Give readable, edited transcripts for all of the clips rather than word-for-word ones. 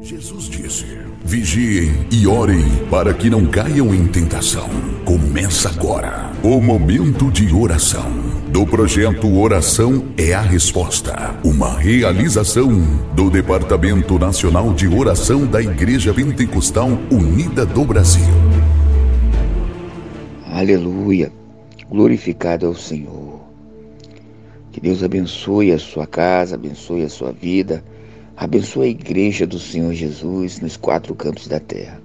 Jesus disse: vigiem e orem para que não caiam em tentação. Começa agora o momento de oração do projeto Oração é a Resposta, uma realização do Departamento Nacional de Oração da Igreja Pentecostal Unida do Brasil. Aleluia, glorificado é o Senhor. Que Deus abençoe a sua casa, abençoe a sua vida, abençoe a igreja do Senhor Jesus nos 4 cantos da terra.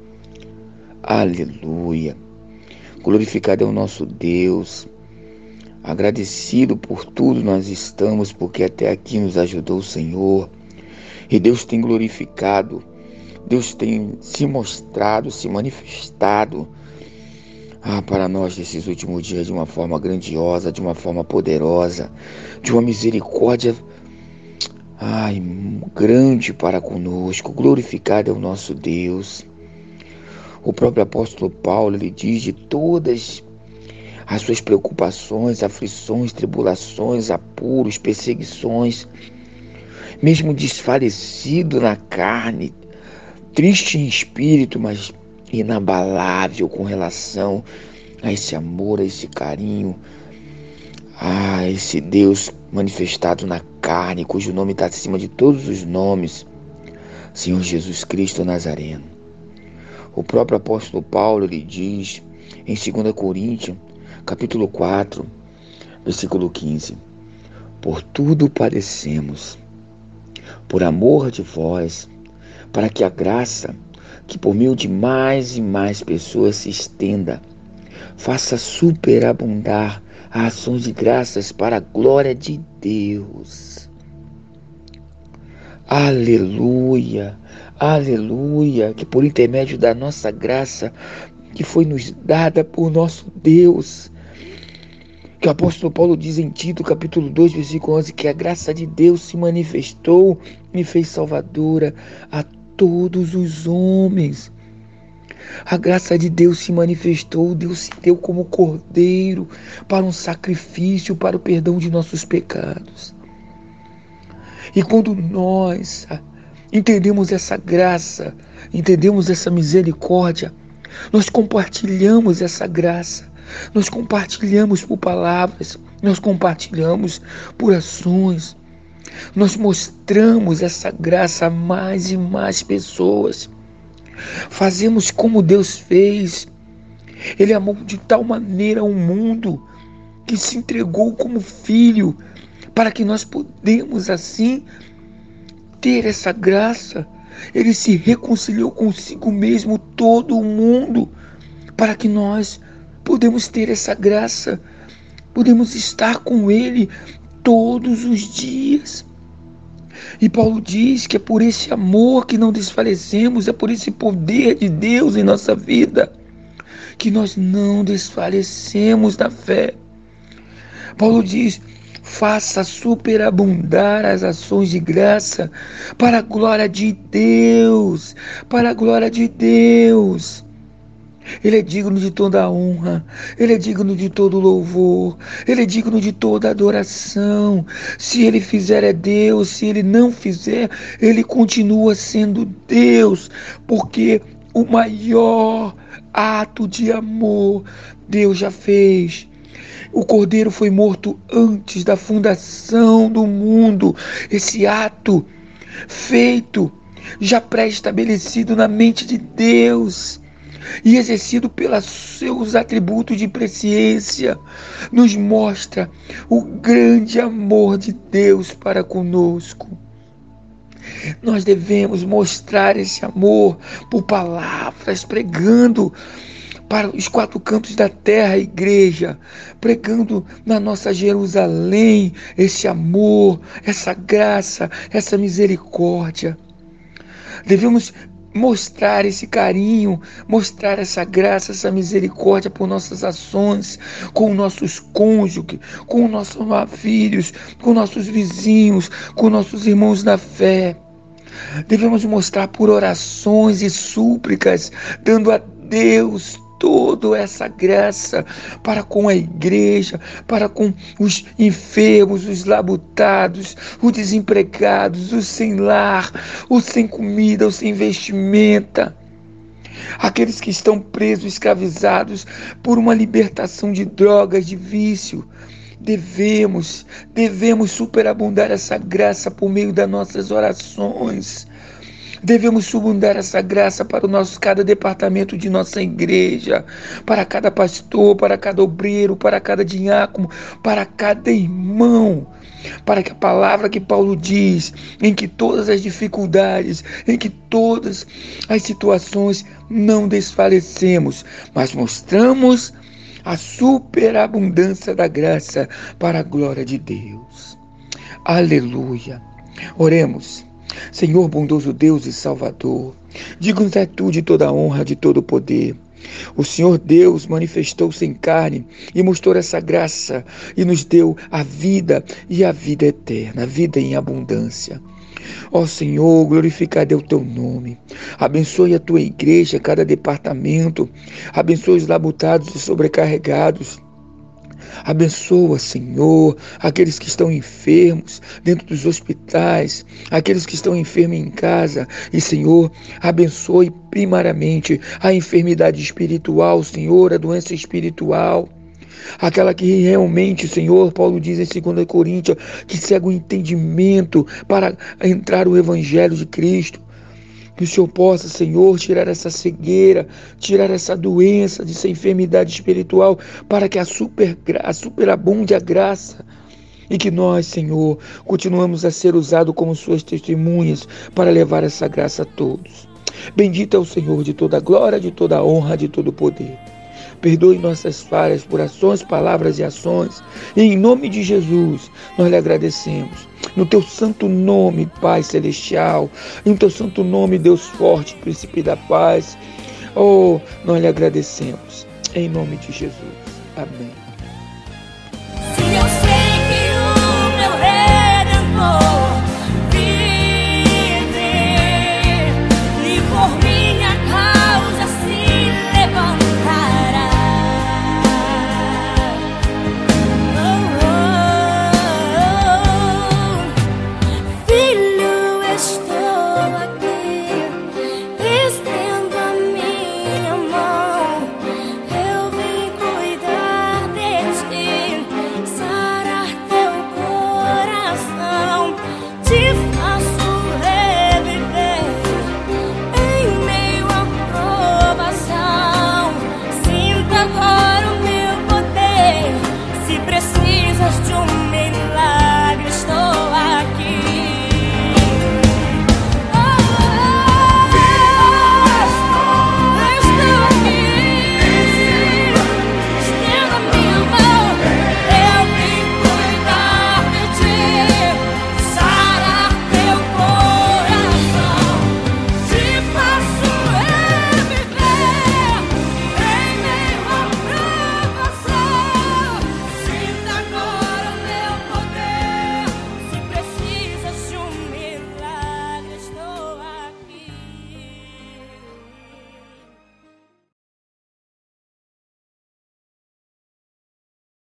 Aleluia, glorificado é o nosso Deus. Agradecido por tudo nós estamos, porque até aqui nos ajudou o Senhor. E Deus tem glorificado, Deus tem se mostrado, se manifestado para nós nesses últimos dias de uma forma grandiosa, de uma forma poderosa, de uma misericórdia grande para conosco. Glorificado é o nosso Deus. O próprio apóstolo Paulo, ele diz de todas as suas preocupações, aflições, tribulações, apuros, perseguições, mesmo desfalecido na carne, triste em espírito, mas inabalável com relação a esse amor, a esse carinho, a esse Deus manifestado na carne, cujo nome está acima de todos os nomes, Senhor Jesus Cristo Nazareno. O próprio apóstolo Paulo, ele diz em 2 Coríntios, capítulo 4, versículo 15: por tudo padecemos, por amor de vós, para que a graça que por meio de mais e mais pessoas se estenda, faça superabundar a ações de graças para a glória de Deus. Aleluia, aleluia, que por intermédio da nossa graça que foi nos dada por nosso Deus, que o apóstolo Paulo diz em Tito, capítulo 2, versículo 11, que a graça de Deus se manifestou e fez salvadora a todos os homens. A graça de Deus se manifestou, Deus se deu como cordeiro para um sacrifício, para o perdão de nossos pecados. E quando nós entendemos essa graça, entendemos essa misericórdia, nós compartilhamos essa graça, nós compartilhamos por palavras, nós compartilhamos por ações, nós mostramos essa graça a mais e mais pessoas. Fazemos como Deus fez. Ele amou de tal maneira o mundo que se entregou como filho, para que nós podemos assim ter essa graça. Ele se reconciliou consigo mesmo, todo o mundo, para que nós podemos ter essa graça, podemos estar com Ele todos os dias. E Paulo diz que é por esse amor que não desfalecemos, é por esse poder de Deus em nossa vida que nós não desfalecemos na fé. Paulo diz: faça superabundar as ações de graça para a glória de Deus, para a glória de Deus. Ele é digno de toda a honra, Ele é digno de todo louvor, Ele é digno de toda adoração. Se Ele fizer é Deus, se Ele não fizer, Ele continua sendo Deus, porque o maior ato de amor Deus já fez. O Cordeiro foi morto antes da fundação do mundo. Esse ato feito, já pré-estabelecido na mente de Deus e exercido pelos seus atributos de presciência, nos mostra o grande amor de Deus para conosco. Nós devemos mostrar esse amor por palavras, pregando para os 4 cantos da terra, a igreja, pregando na nossa Jerusalém esse amor, essa graça, essa misericórdia. Devemos mostrar esse carinho, mostrar essa graça, essa misericórdia por nossas ações, com nossos cônjuges, com nossos filhos, com nossos vizinhos, com nossos irmãos na fé. Devemos mostrar por orações e súplicas, dando a Deus toda essa graça para com a igreja, para com os enfermos, os labutados, os desempregados, os sem lar, os sem comida, os sem vestimenta, aqueles que estão presos, escravizados por uma libertação de drogas, de vício. Devemos superabundar essa graça por meio das nossas orações. Devemos subundar essa graça para cada departamento de nossa igreja, para cada pastor, para cada obreiro, para cada diácono, para cada irmão, para que a palavra que Paulo diz, em que todas as dificuldades, em que todas as situações não desfalecemos, mas mostramos a superabundância da graça para a glória de Deus. Aleluia. Oremos. Senhor bondoso Deus e Salvador, digno é tu de toda a honra, de todo o poder. O Senhor Deus manifestou-se em carne e mostrou essa graça e nos deu a vida e a vida eterna, a vida em abundância. Ó Senhor, glorificado é o teu nome. Abençoe a tua igreja, cada departamento. Abençoe os labutados e sobrecarregados. Abençoa, Senhor, aqueles que estão enfermos dentro dos hospitais, aqueles que estão enfermos em casa. E, Senhor, abençoe primariamente a enfermidade espiritual, Senhor, a doença espiritual. Aquela que realmente, Senhor, Paulo diz em 2 Coríntios, que cega o entendimento para entrar o Evangelho de Cristo. Que o Senhor possa, Senhor, tirar essa cegueira, tirar essa doença, essa enfermidade espiritual, para que a superabunde a graça. E que nós, Senhor, continuamos a ser usados como suas testemunhas para levar essa graça a todos. Bendito é o Senhor de toda a glória, de toda a honra, de todo o poder. Perdoe nossas falhas por ações, palavras e ações. E em nome de Jesus, nós lhe agradecemos. No teu santo nome, Pai Celestial. No teu santo nome, Deus forte, Príncipe da paz. Oh, nós lhe agradecemos. Em nome de Jesus. Amém.